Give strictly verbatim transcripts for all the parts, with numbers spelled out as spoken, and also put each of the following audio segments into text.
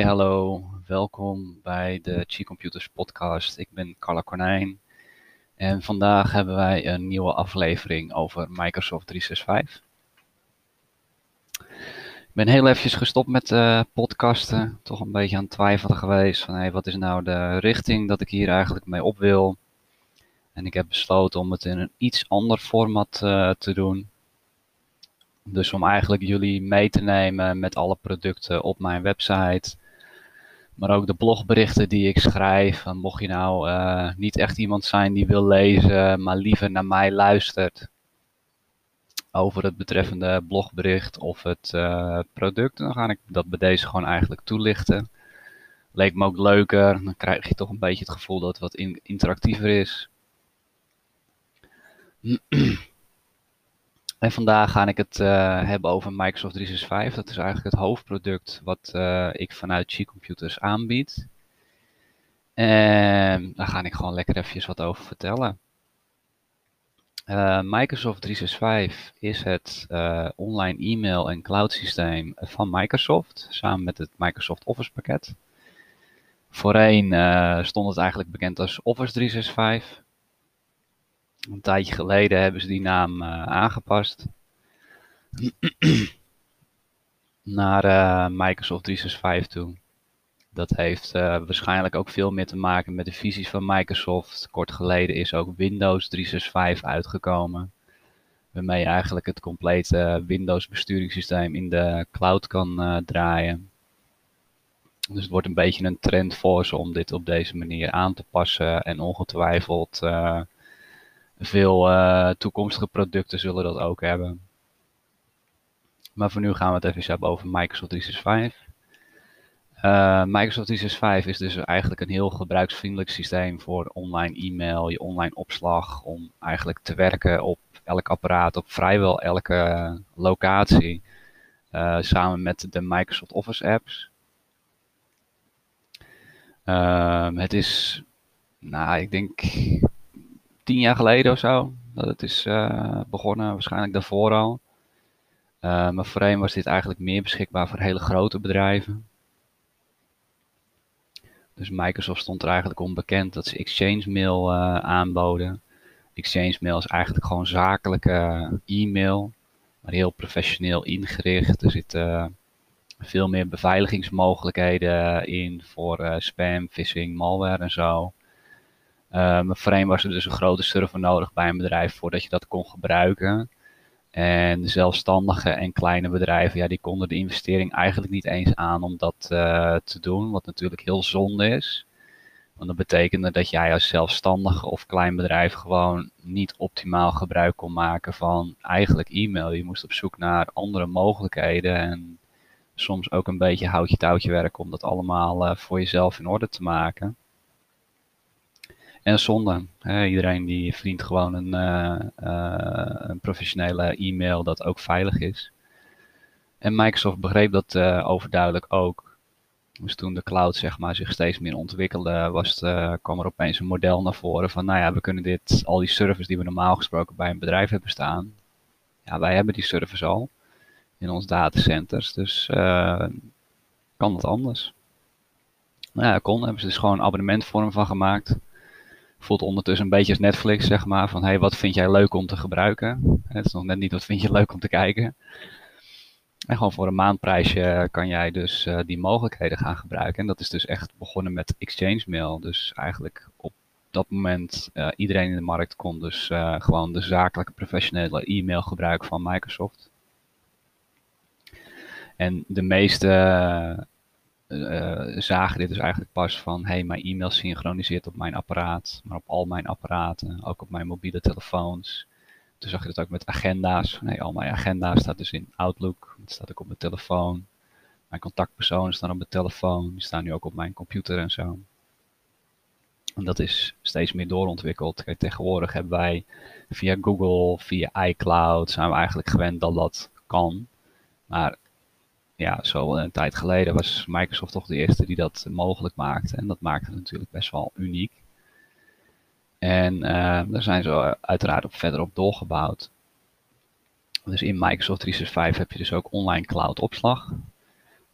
hallo. Welkom bij de Chi Computers podcast. Ik ben Carla Konijn en vandaag hebben wij een nieuwe aflevering over Microsoft driehonderdzesenzestig. Ik ben heel eventjes gestopt met uh, podcasten. Toch een beetje aan het twijfelen geweest van hey, wat is nou de richting dat ik hier eigenlijk mee op wil. En ik heb besloten om het in een iets ander format uh, te doen. Dus om eigenlijk jullie mee te nemen met alle producten op mijn website. Maar ook de blogberichten die ik schrijf. En mocht je nou uh, niet echt iemand zijn die wil lezen, maar liever naar mij luistert over het betreffende blogbericht of het uh, product, dan ga ik dat bij deze gewoon eigenlijk toelichten. Leek me ook leuker, dan krijg je toch een beetje het gevoel dat het wat in- interactiever is. En vandaag ga ik het uh, hebben over Microsoft driehonderdzesenzestig. Dat is eigenlijk het hoofdproduct wat uh, ik vanuit Chi Computers aanbied. En daar ga ik gewoon lekker even wat over vertellen. Uh, Microsoft driehonderdzesenzestig is het uh, online e-mail en cloud systeem van Microsoft, samen met het Microsoft Office pakket. Voorheen uh, stond het eigenlijk bekend als Office driehonderdzesenzestig. Een tijdje geleden hebben ze die naam uh, aangepast naar uh, Microsoft driehonderdzesenzestig toe. Dat heeft uh, waarschijnlijk ook veel meer te maken met de visies van Microsoft. Kort geleden is ook Windows driehonderdzesenzestig uitgekomen. Waarmee je eigenlijk het complete Windows besturingssysteem in de cloud kan uh, draaien. Dus het wordt een beetje een trend voor ze om dit op deze manier aan te passen. En ongetwijfeld uh, veel uh, toekomstige producten zullen dat ook hebben. Maar voor nu gaan we het even hebben over Microsoft driehonderdzesenzestig. Uh, Microsoft driehonderdzesenzestig is dus eigenlijk een heel gebruiksvriendelijk systeem voor online e-mail, je online opslag, om eigenlijk te werken op elk apparaat, op vrijwel elke locatie, uh, samen met de Microsoft Office apps. Uh, het is, nou, ik denk tien jaar geleden of zo dat het is uh, begonnen, waarschijnlijk daarvoor al. Uh, maar voorheen was dit eigenlijk meer beschikbaar voor hele grote bedrijven. Dus Microsoft stond er eigenlijk onbekend dat ze Exchange Mail uh, aanboden. Exchange Mail is eigenlijk gewoon zakelijke e-mail, maar heel professioneel ingericht. Er zitten uh, veel meer beveiligingsmogelijkheden in voor uh, spam, phishing, malware en zo. Uh, maar voorheen was er dus een grote server nodig bij een bedrijf voordat je dat kon gebruiken. En de zelfstandige en kleine bedrijven, ja, die konden de investering eigenlijk niet eens aan om dat uh, te doen. Wat natuurlijk heel zonde is. Want dat betekende dat jij als zelfstandige of klein bedrijf gewoon niet optimaal gebruik kon maken van eigenlijk e-mail. Je moest op zoek naar andere mogelijkheden en soms ook een beetje houtje touwtje werken om dat allemaal uh, voor jezelf in orde te maken. En zonde. Hè? Iedereen die verdient gewoon een, uh, uh, een professionele e-mail dat ook veilig is. En Microsoft begreep dat uh, overduidelijk ook. Dus toen de cloud zeg maar, zich steeds meer ontwikkelde, was het, uh, kwam er opeens een model naar voren van, nou ja, we kunnen dit, al die servers die we normaal gesproken bij een bedrijf hebben staan, ja, wij hebben die servers al in ons datacenters, dus uh, kan dat anders. Nou ja, kon, hebben ze dus gewoon een abonnementvorm van gemaakt. Voelt ondertussen een beetje als Netflix, zeg maar, van hey, wat vind jij leuk om te gebruiken? Het is nog net niet wat vind je leuk om te kijken. En gewoon voor een maandprijsje kan jij dus uh, die mogelijkheden gaan gebruiken. En dat is dus echt begonnen met Exchange Mail. Dus eigenlijk op dat moment uh, iedereen in de markt kon dus uh, gewoon de zakelijke professionele e-mail gebruiken van Microsoft. En de meeste uh, uh, zagen dit dus eigenlijk pas van hey, mijn e-mail synchroniseert op mijn apparaat, maar op al mijn apparaten, ook op mijn mobiele telefoons. Toen zag je dat ook met agenda's. Nee, al mijn agenda's staat dus in Outlook. Dat staat ook op mijn telefoon. Mijn contactpersonen staan op mijn telefoon. Die staan nu ook op mijn computer en zo. En dat is steeds meer doorontwikkeld. Kijk, tegenwoordig hebben wij via Google, via iCloud, zijn we eigenlijk gewend dat dat kan. Maar ja, zo een tijd geleden was Microsoft toch de eerste die dat mogelijk maakte. En dat maakte het natuurlijk best wel uniek. En uh, daar zijn ze uiteraard op verder op doorgebouwd. Dus in Microsoft driehonderdzesenzestig heb je dus ook online cloud opslag.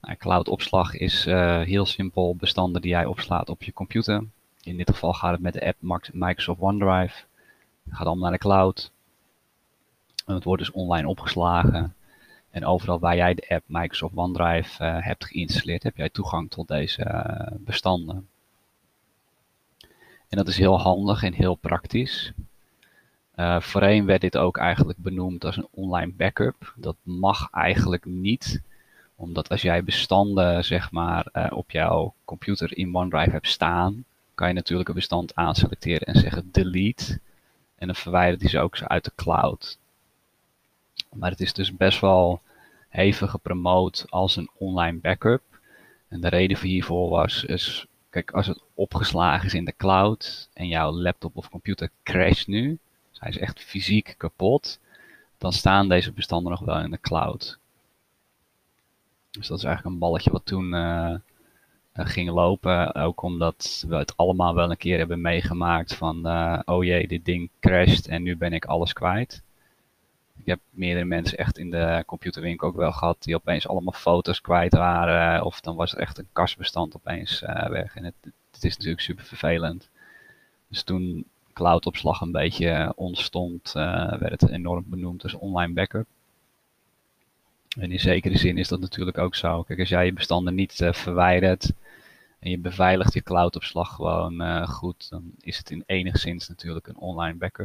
Nou, cloud-opslag is uh, heel simpel bestanden die jij opslaat op je computer. In dit geval gaat het met de app Microsoft OneDrive. Het gaat allemaal naar de cloud. En het wordt dus online opgeslagen. En overal waar jij de app Microsoft OneDrive uh, hebt geïnstalleerd, heb jij toegang tot deze uh, bestanden. En dat is heel handig en heel praktisch. Uh, voorheen werd dit ook eigenlijk benoemd als een online backup. Dat mag eigenlijk niet, omdat als jij bestanden zeg maar, uh, op jouw computer in OneDrive hebt staan, kan je natuurlijk een bestand aanselecteren en zeggen delete. En dan verwijdert hij ze ook uit de cloud. Maar het is dus best wel hevig gepromoot als een online backup. En de reden hiervoor was, is, kijk, als het opgeslagen is in de cloud en jouw laptop of computer crasht nu, dus hij is echt fysiek kapot, dan staan deze bestanden nog wel in de cloud. Dus dat is eigenlijk een balletje wat toen uh, ging lopen, ook omdat we het allemaal wel een keer hebben meegemaakt van, uh, oh jee, dit ding crasht en nu ben ik alles kwijt. Ik heb meerdere mensen echt in de computerwinkel ook wel gehad die opeens allemaal foto's kwijt waren. Of dan was er echt een kastbestand opeens uh, weg. En het, het is natuurlijk super vervelend. Dus toen cloudopslag een beetje ontstond, uh, werd het enorm benoemd als online backup. En in zekere zin is dat natuurlijk ook zo. Kijk, als jij je bestanden niet uh, verwijdert en je beveiligt je cloudopslag gewoon uh, goed, dan is het in enigszins natuurlijk een online backup.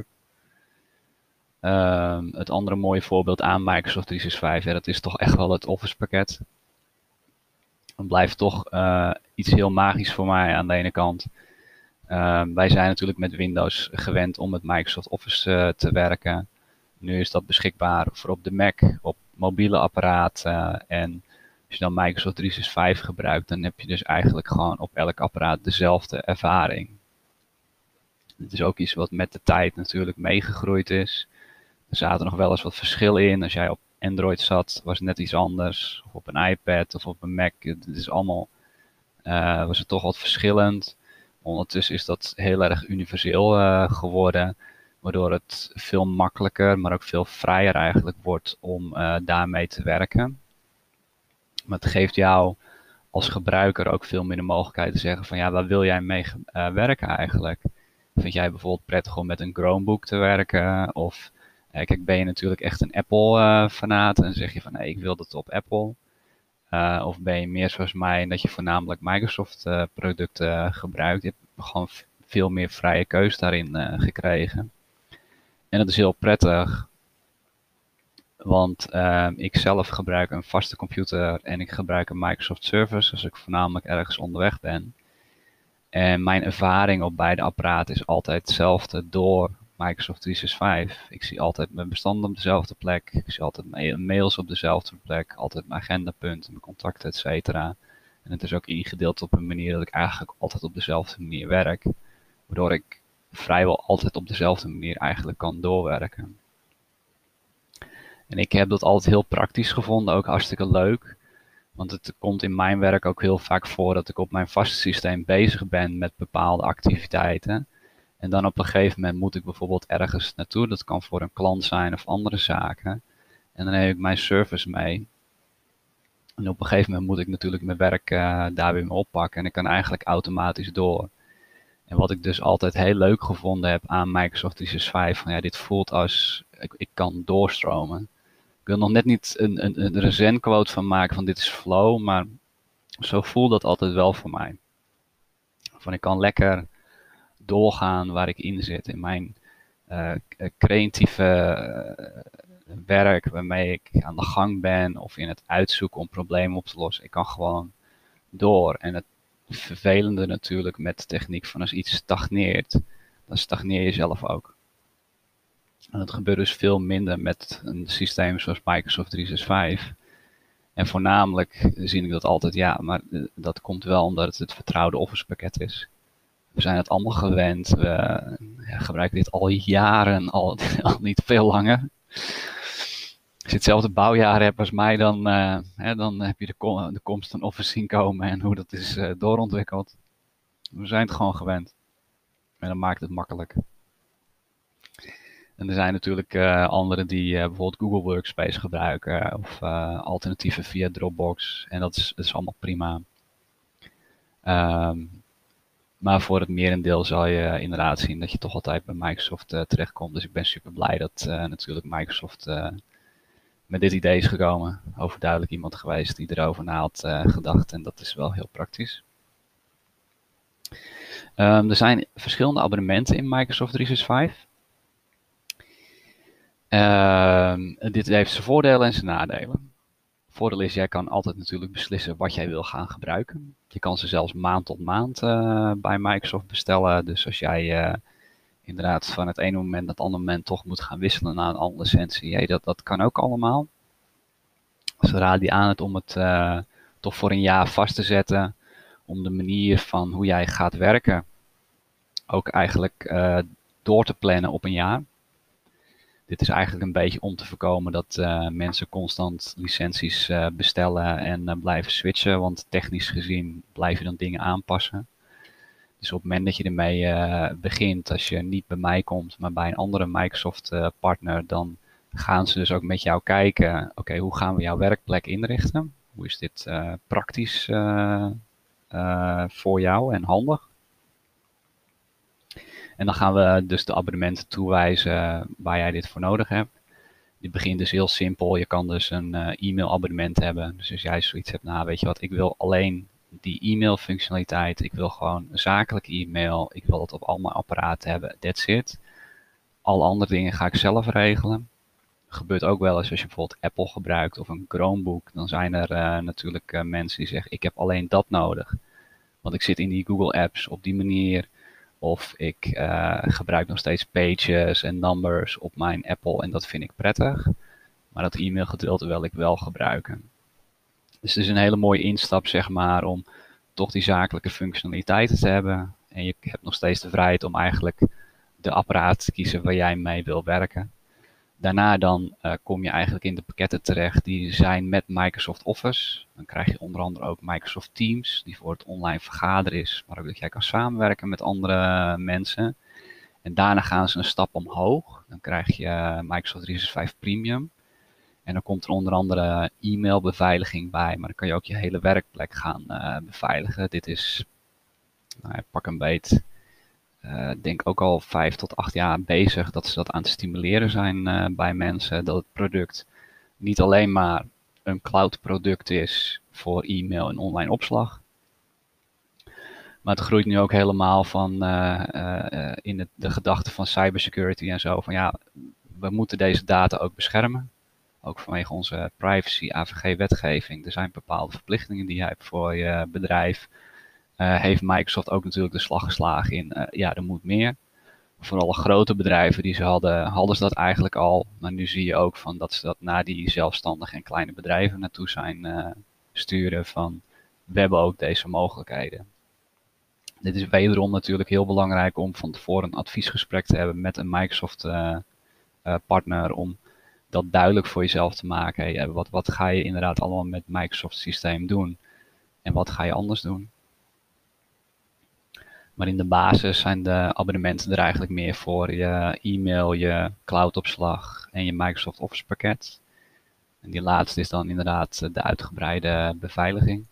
Uh, het andere mooie voorbeeld aan Microsoft driehonderdzesenzestig, ja, dat is toch echt wel het Office pakket. Het blijft toch uh, iets heel magisch voor mij aan de ene kant. Uh, wij zijn natuurlijk met Windows gewend om met Microsoft Office uh, te werken. Nu is dat beschikbaar voor op de Mac, op mobiele apparaten. En als je dan Microsoft driehonderdzesenzestig gebruikt, dan heb je dus eigenlijk gewoon op elk apparaat dezelfde ervaring. Dit is ook iets wat met de tijd natuurlijk meegegroeid is. Er zaten nog wel eens wat verschillen in. Als jij op Android zat, was het net iets anders. Of op een iPad of op een Mac. Het is allemaal, uh, was het toch wat verschillend. Ondertussen is dat heel erg universeel uh, geworden. Waardoor het veel makkelijker, maar ook veel vrijer eigenlijk wordt om uh, daarmee te werken. Maar het geeft jou als gebruiker ook veel meer de mogelijkheid te zeggen van ja, waar wil jij mee uh, werken eigenlijk? Vind jij bijvoorbeeld prettig om met een Chromebook te werken? Of kijk, ben je natuurlijk echt een Apple-fanaat uh, en zeg je van nee, ik wil dat op Apple. Uh, of ben je meer zoals mij dat je voornamelijk Microsoft-producten uh, gebruikt. Je hebt gewoon veel meer vrije keus daarin uh, gekregen. En dat is heel prettig, want uh, ik zelf gebruik een vaste computer en ik gebruik een Microsoft Surface als ik voornamelijk ergens onderweg ben. En mijn ervaring op beide apparaten is altijd hetzelfde door Microsoft driehonderdzesenzestig. Ik zie altijd mijn bestanden op dezelfde plek. Ik zie altijd mijn mails op dezelfde plek. Altijd mijn agendapunten, mijn contacten, et cetera. En het is ook ingedeeld op een manier dat ik eigenlijk altijd op dezelfde manier werk. Waardoor ik vrijwel altijd op dezelfde manier eigenlijk kan doorwerken. En ik heb dat altijd heel praktisch gevonden, ook hartstikke leuk. Want het komt in mijn werk ook heel vaak voor dat ik op mijn vaste systeem bezig ben met bepaalde activiteiten. En dan op een gegeven moment moet ik bijvoorbeeld ergens naartoe. Dat kan voor een klant zijn of andere zaken. En dan heb ik mijn service mee. En op een gegeven moment moet ik natuurlijk mijn werk uh, daar weer mee oppakken. En ik kan eigenlijk automatisch door. En wat ik dus altijd heel leuk gevonden heb aan Microsoft driehonderdzesenzestig. Van ja, dit voelt als ik, ik kan doorstromen. Ik wil nog net niet een, een, een recent quote van maken van dit is flow. Maar zo voelt dat altijd wel voor mij. Van ik kan lekker doorgaan waar ik in zit. In mijn uh, creatieve uh, werk waarmee ik aan de gang ben. Of in het uitzoeken om problemen op te lossen. Ik kan gewoon door. En het vervelende natuurlijk met de techniek van als iets stagneert. Dan stagneer je zelf ook. En dat gebeurt dus veel minder met een systeem zoals Microsoft driehonderdzesenzestig. En voornamelijk zie ik dat altijd, ja, maar dat komt wel omdat het het vertrouwde Office pakket is. We zijn het allemaal gewend. We ja, gebruiken dit al jaren, al, al niet veel langer. Als je hetzelfde bouwjaar hebt als mij, dan, uh, hè, dan heb je de, kom de komst van Office zien komen en hoe dat is uh, doorontwikkeld. We zijn het gewoon gewend. En dat maakt het makkelijk. En er zijn natuurlijk uh, anderen die uh, bijvoorbeeld Google Workspace gebruiken of uh, alternatieven via Dropbox. En dat is, dat is allemaal prima. Um, maar voor het merendeel zal je inderdaad zien dat je toch altijd bij Microsoft uh, terechtkomt. Dus ik ben super blij dat uh, natuurlijk Microsoft uh, met dit idee is gekomen. Overduidelijk iemand geweest die erover na had uh, gedacht. En dat is wel heel praktisch. Um, er zijn verschillende abonnementen in Microsoft driehonderdzesenzestig. Uh, dit heeft zijn voordelen en zijn nadelen. Voordeel is, jij kan altijd natuurlijk beslissen wat jij wil gaan gebruiken. Je kan ze zelfs maand tot maand uh, bij Microsoft bestellen. Dus als jij uh, inderdaad van het ene moment naar het andere moment toch moet gaan wisselen naar een andere licentie, hey, dat, dat kan ook allemaal. Ze raden die aan het om het uh, toch voor een jaar vast te zetten. Om de manier van hoe jij gaat werken ook eigenlijk uh, door te plannen op een jaar. Dit is eigenlijk een beetje om te voorkomen dat uh, mensen constant licenties uh, bestellen en uh, blijven switchen. Want technisch gezien blijf je dan dingen aanpassen. Dus op het moment dat je ermee uh, begint, als je niet bij mij komt, maar bij een andere Microsoft uh, partner, dan gaan ze dus ook met jou kijken, oké, okay, hoe gaan we jouw werkplek inrichten? Hoe is dit uh, praktisch uh, uh, voor jou en handig? En dan gaan we dus de abonnementen toewijzen waar jij dit voor nodig hebt. Die begint dus heel simpel. Je kan dus een uh, e-mail abonnement hebben. Dus als jij zoiets hebt, nou weet je wat, ik wil alleen die e-mail functionaliteit. Ik wil gewoon een zakelijke e-mail. Ik wil dat op al mijn apparaten hebben. That's it. Alle andere dingen ga ik zelf regelen. Gebeurt ook wel eens als je bijvoorbeeld Apple gebruikt of een Chromebook. Dan zijn er uh, natuurlijk uh, mensen die zeggen, ik heb alleen dat nodig. Want ik zit in die Google Apps op die manier. Of ik uh, gebruik nog steeds Pages en Numbers op mijn Apple en dat vind ik prettig. Maar dat e-mailgedeelte wil ik wel gebruiken. Dus het is een hele mooie instap, zeg maar, om toch die zakelijke functionaliteiten te hebben. En je hebt nog steeds de vrijheid om eigenlijk de apparaat te kiezen waar jij mee wil werken. Daarna dan uh, kom je eigenlijk in de pakketten terecht die zijn met Microsoft Office. Dan krijg je onder andere ook Microsoft Teams, die voor het online vergaderen is, maar ook dat jij kan samenwerken met andere mensen. En daarna gaan ze een stap omhoog. Dan krijg je Microsoft driehonderdzesenzestig Premium. En dan komt er onder andere e-mailbeveiliging bij, maar dan kan je ook je hele werkplek gaan uh, beveiligen. Dit is, nou, pak een beet, ik uh, denk ook al vijf tot acht jaar bezig dat ze dat aan het stimuleren zijn uh, bij mensen. Dat het product niet alleen maar een cloud product is voor e-mail en online opslag. Maar het groeit nu ook helemaal van uh, uh, in het, de gedachte van cybersecurity en zo. Van ja, we moeten deze data ook beschermen. Ook vanwege onze privacy A V G-wetgeving. Er zijn bepaalde verplichtingen die je hebt voor je bedrijf. Uh, heeft Microsoft ook natuurlijk de slag geslagen in, uh, ja, er moet meer. Voor alle grote bedrijven die ze hadden, hadden ze dat eigenlijk al. Maar nu zie je ook van dat ze dat naar die zelfstandige en kleine bedrijven naartoe zijn uh, sturen van, we hebben ook deze mogelijkheden. Dit is wederom natuurlijk heel belangrijk om van tevoren een adviesgesprek te hebben met een Microsoft uh, uh, partner om dat duidelijk voor jezelf te maken. Hey, wat, wat ga je inderdaad allemaal met het Microsoft systeem doen en wat ga je anders doen? Maar in de basis zijn de abonnementen er eigenlijk meer voor je e-mail, je cloudopslag en je Microsoft Office pakket. En die laatste is dan inderdaad de uitgebreide beveiliging.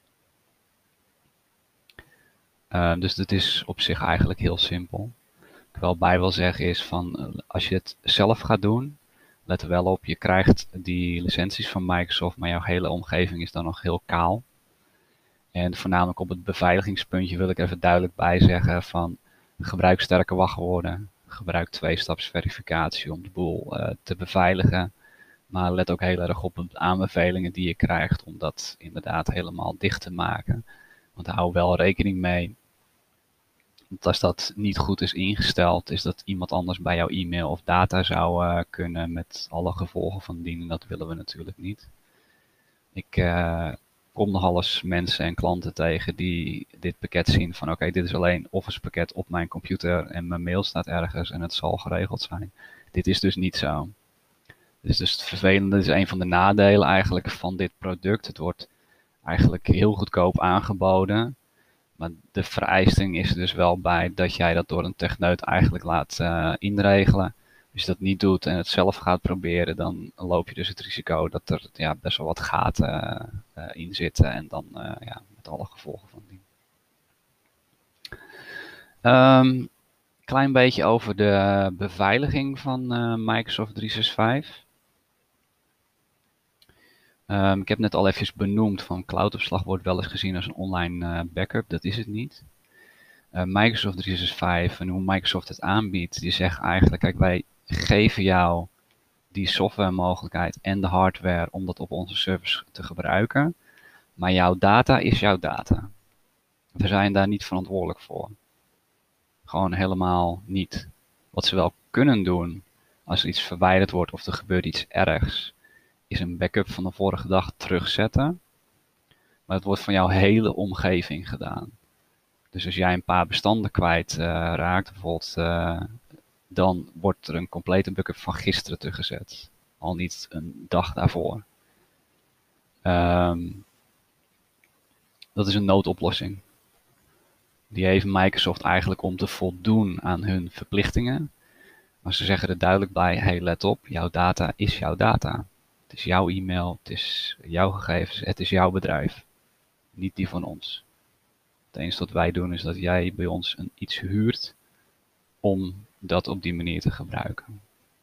Uh, dus dat is op zich eigenlijk heel simpel. Wat ik wel bij wil zeggen is van als je het zelf gaat doen, let er wel op, je krijgt die licenties van Microsoft, maar jouw hele omgeving is dan nog heel kaal. En voornamelijk op het beveiligingspuntje wil ik even duidelijk bij zeggen van gebruik sterke wachtwoorden, gebruik tweestapsverificatie om de boel uh, te beveiligen. Maar let ook heel erg op de aanbevelingen die je krijgt om dat inderdaad helemaal dicht te maken. Want hou wel rekening mee, want als dat niet goed is ingesteld, is dat iemand anders bij jouw e-mail of data zou uh, kunnen met alle gevolgen van dien. En dat willen we natuurlijk niet. Ik... Uh, kom nogal eens mensen en klanten tegen die dit pakket zien van oké, okay, dit is alleen Office pakket op mijn computer en mijn mail staat ergens en het zal geregeld zijn. Dit is dus niet zo. Dit is dus het vervelende, dit is een van de nadelen eigenlijk van dit product. Het wordt eigenlijk heel goedkoop aangeboden, maar de vereisting is er dus wel bij dat jij dat door een techneut eigenlijk laat uh, inregelen. Als je dat niet doet en het zelf gaat proberen, dan loop je dus het risico dat er ja, best wel wat gaten uh, in zitten en dan uh, ja, met alle gevolgen van die. Um, klein beetje over de beveiliging van uh, Microsoft driehonderdzesenzestig. Um, ik heb net al even benoemd van cloudopslag wordt wel eens gezien als een online uh, backup. Dat is het niet. Uh, Microsoft driehonderdzesenzestig en hoe Microsoft het aanbiedt, die zegt eigenlijk, kijk, wij geven jou die software mogelijkheid en de hardware om dat op onze servers te gebruiken. Maar jouw data is jouw data. We zijn daar niet verantwoordelijk voor. Gewoon helemaal niet. Wat ze wel kunnen doen, als er iets verwijderd wordt of er gebeurt iets ergs, is een backup van de vorige dag terugzetten. Maar het wordt van jouw hele omgeving gedaan. Dus als jij een paar bestanden kwijt uh, raakt, bijvoorbeeld, uh, dan wordt er een complete backup van gisteren teruggezet. Al niet een dag daarvoor. Um, dat is een noodoplossing. Die heeft Microsoft eigenlijk om te voldoen aan hun verplichtingen. Maar ze zeggen er duidelijk bij, hey, let op, jouw data is jouw data. Het is jouw e-mail, het is jouw gegevens, het is jouw bedrijf. Niet die van ons. Het enige wat wij doen is dat jij bij ons een, iets huurt om dat op die manier te gebruiken.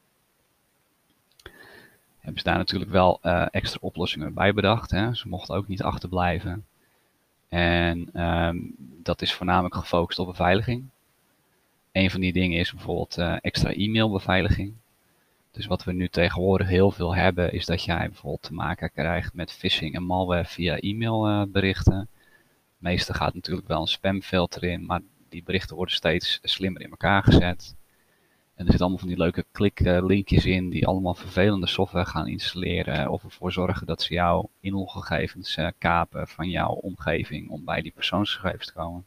Hebben ze daar natuurlijk wel uh, extra oplossingen bij bedacht. Hè? Ze mochten ook niet achterblijven. En um, dat is voornamelijk gefocust op beveiliging. Een van die dingen is bijvoorbeeld uh, extra e-mailbeveiliging. Dus wat we nu tegenwoordig heel veel hebben, is dat jij bijvoorbeeld te maken krijgt met phishing en malware via e-mailberichten. Uh, Meestal gaat natuurlijk wel een spamfilter in, maar die berichten worden steeds slimmer in elkaar gezet. En er zitten allemaal van die leuke kliklinkjes in die allemaal vervelende software gaan installeren of ervoor zorgen dat ze jouw inloggegevens uh, kapen van jouw omgeving om bij die persoonsgegevens te komen.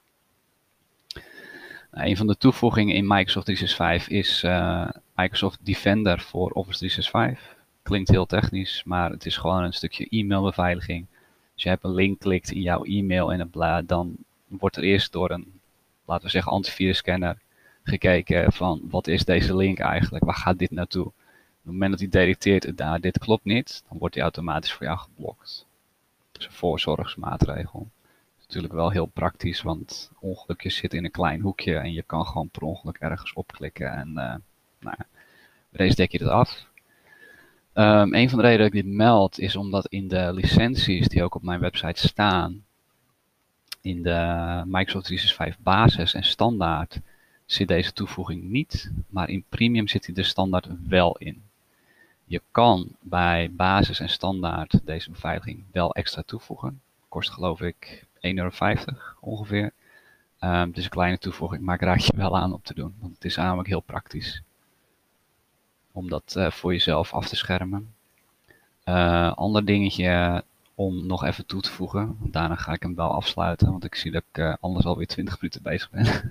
Nou, een van de toevoegingen in Microsoft driehonderdzesenzestig is uh, Microsoft Defender voor Office driehonderdzesenzestig. Klinkt heel technisch, maar het is gewoon een stukje e-mailbeveiliging. Als je hebt een link klikt in jouw e-mail en het dan wordt er eerst door een, laten we zeggen, antivirusscanner gekeken van wat is deze link eigenlijk, waar gaat dit naartoe. Op het moment dat hij detecteert, nou, dit klopt niet, dan wordt hij automatisch voor jou geblokt. Dat is een voorzorgsmaatregel. Dat is natuurlijk wel heel praktisch, want ongelukjes zitten in een klein hoekje en je kan gewoon per ongeluk ergens opklikken en uh, nou, bij deze dek je het af. Um, een van de redenen dat ik dit meld is omdat in de licenties die ook op mijn website staan, in de Microsoft driehonderdzesenzestig basis en standaard, zit deze toevoeging niet, maar in premium zit hij er standaard wel in. Je kan bij basis en standaard deze beveiliging wel extra toevoegen. Kost geloof ik één euro vijftig ongeveer. Um, het is een kleine toevoeging, maar ik raad je wel aan om te doen, want het is namelijk heel praktisch. Om dat uh, voor jezelf af te schermen. Uh, ander dingetje om nog even toe te voegen. Daarna ga ik hem wel afsluiten, want ik zie dat ik uh, anders alweer twintig minuten bezig ben.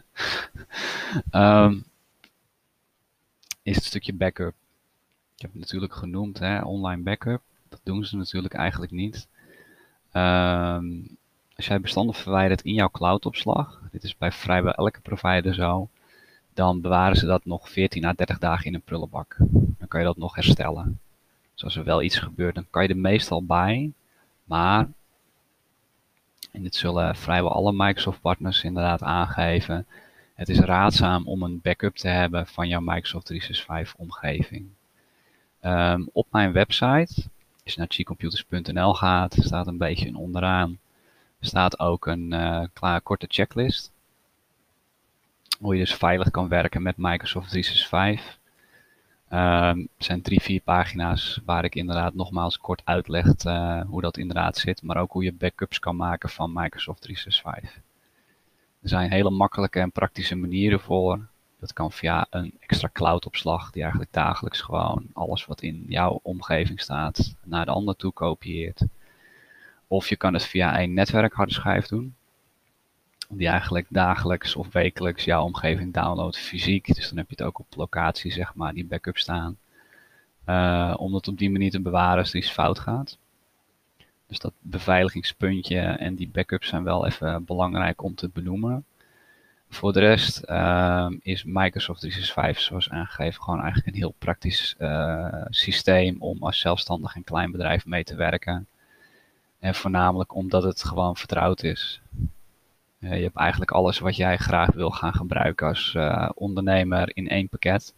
um, is het stukje backup. Ik heb het natuurlijk genoemd, hè, online backup. Dat doen ze natuurlijk eigenlijk niet. Um, als jij bestanden verwijdert in jouw cloudopslag, dit is bij vrijwel elke provider zo, dan bewaren ze dat nog veertien à dertig dagen in een prullenbak. Dan kan je dat nog herstellen. Dus als er wel iets gebeurt, dan kan je er meestal bij. Maar, en dit zullen vrijwel alle Microsoft partners inderdaad aangeven, het is raadzaam om een backup te hebben van jouw Microsoft driehonderdzesenzestig omgeving. Um, op mijn website, als je naar gcomputers punt n l gaat, staat een beetje onderaan, staat ook een uh, klaar korte checklist. Hoe je dus veilig kan werken met Microsoft driehonderdzesenzestig. Um, het zijn drie, vier pagina's waar ik inderdaad nogmaals kort uitleg uh, hoe dat inderdaad zit, maar ook hoe je backups kan maken van Microsoft driehonderdzesenzestig. Er zijn hele makkelijke en praktische manieren voor. Dat kan via een extra cloudopslag die eigenlijk dagelijks gewoon alles wat in jouw omgeving staat naar de ander toe kopieert. Of je kan het via een netwerkhardeschijf doen. Die eigenlijk dagelijks of wekelijks jouw omgeving downloadt fysiek. Dus dan heb je het ook op locatie, zeg maar, die backup staan. Uh, om dat op die manier te bewaren als er iets fout gaat. Dus dat beveiligingspuntje en die backups zijn wel even belangrijk om te benoemen. Voor de rest um, is Microsoft driehonderdzesenzestig, zoals aangegeven, gewoon eigenlijk een heel praktisch uh, systeem om als zelfstandig en klein bedrijf mee te werken. En voornamelijk omdat het gewoon vertrouwd is. Uh, je hebt eigenlijk alles wat jij graag wil gaan gebruiken als uh, ondernemer in één pakket.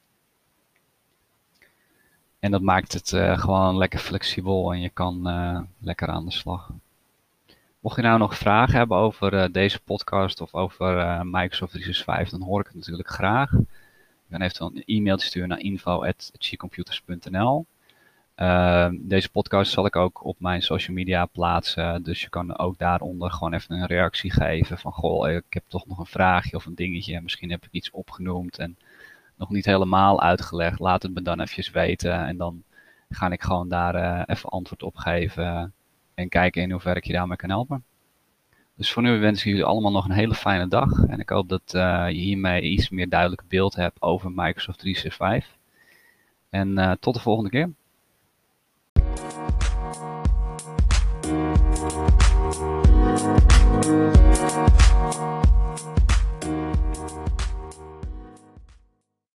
En dat maakt het uh, gewoon lekker flexibel en je kan uh, lekker aan de slag. Mocht je nou nog vragen hebben over uh, deze podcast of over uh, Microsoft driehonderdzesenzestig, dan hoor ik het natuurlijk graag. Je kan eventueel een e-mail sturen naar info at chicomputers punt n l. Uh, deze podcast zal ik ook op mijn social media plaatsen, dus je kan ook daaronder gewoon even een reactie geven van goh, ik heb toch nog een vraagje of een dingetje, misschien heb ik iets opgenoemd en nog niet helemaal uitgelegd, laat het me dan eventjes weten en dan ga ik gewoon daar uh, even antwoord op geven en kijken in hoeverre ik je daarmee kan helpen. Dus voor nu wens ik jullie allemaal nog een hele fijne dag en ik hoop dat uh, je hiermee iets meer duidelijk beeld hebt over Microsoft driehonderdzesenzestig. En uh, tot de volgende keer. Thank you.